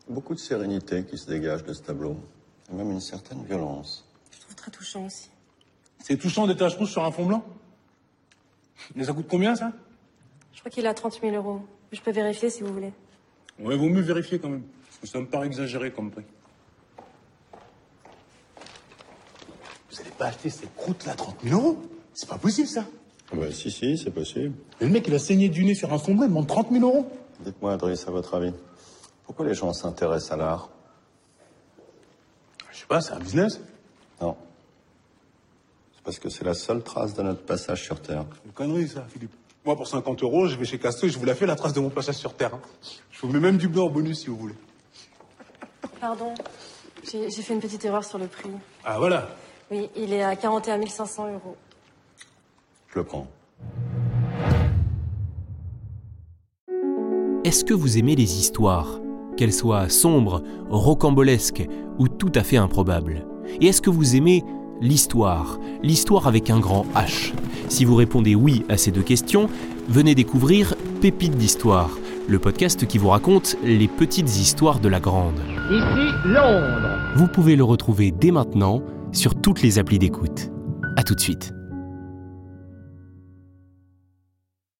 Beaucoup de sérénité qui se dégage de ce tableau. Et même une certaine violence. Je trouve très touchant aussi. C'est touchant des taches rouges sur un fond blanc. Mais ça coûte combien, ça? Je crois qu'il a 30 000 €. Je peux vérifier si vous voulez. Ouais, vaut mieux vérifier quand même. Parce que ça me paraît exagéré comme prix. Vous allez pas acheter cette croûte-là 30 000 €? C'est pas possible, ça. Bah si, c'est possible. Et le mec, il a saigné du nez sur un fond blanc, il demande 30 000 €. Dites-moi, Driss, à votre avis, pourquoi les gens s'intéressent à l'art? Je sais pas, c'est un business. Non. C'est parce que c'est la seule trace de notre passage sur Terre. C'est une connerie, ça, Philippe. Moi, pour 50 €, je vais chez Casto et je vous la fais, la trace de mon passage sur Terre. Hein. Je vous mets même du blanc en bonus, si vous voulez. Pardon, j'ai fait une petite erreur sur le prix. Ah, voilà. Oui, il est à 41 500 €. Je le prends. Est-ce que vous aimez les histoires, qu'elles soient sombres, rocambolesques ou tout à fait improbables? Et est-ce que vous aimez l'histoire avec un grand H? Si vous répondez oui à ces deux questions, venez découvrir Pépites d'Histoire, le podcast qui vous raconte les petites histoires de la grande. Ici Londres. Vous pouvez le retrouver dès maintenant sur toutes les applis d'écoute. À tout de suite.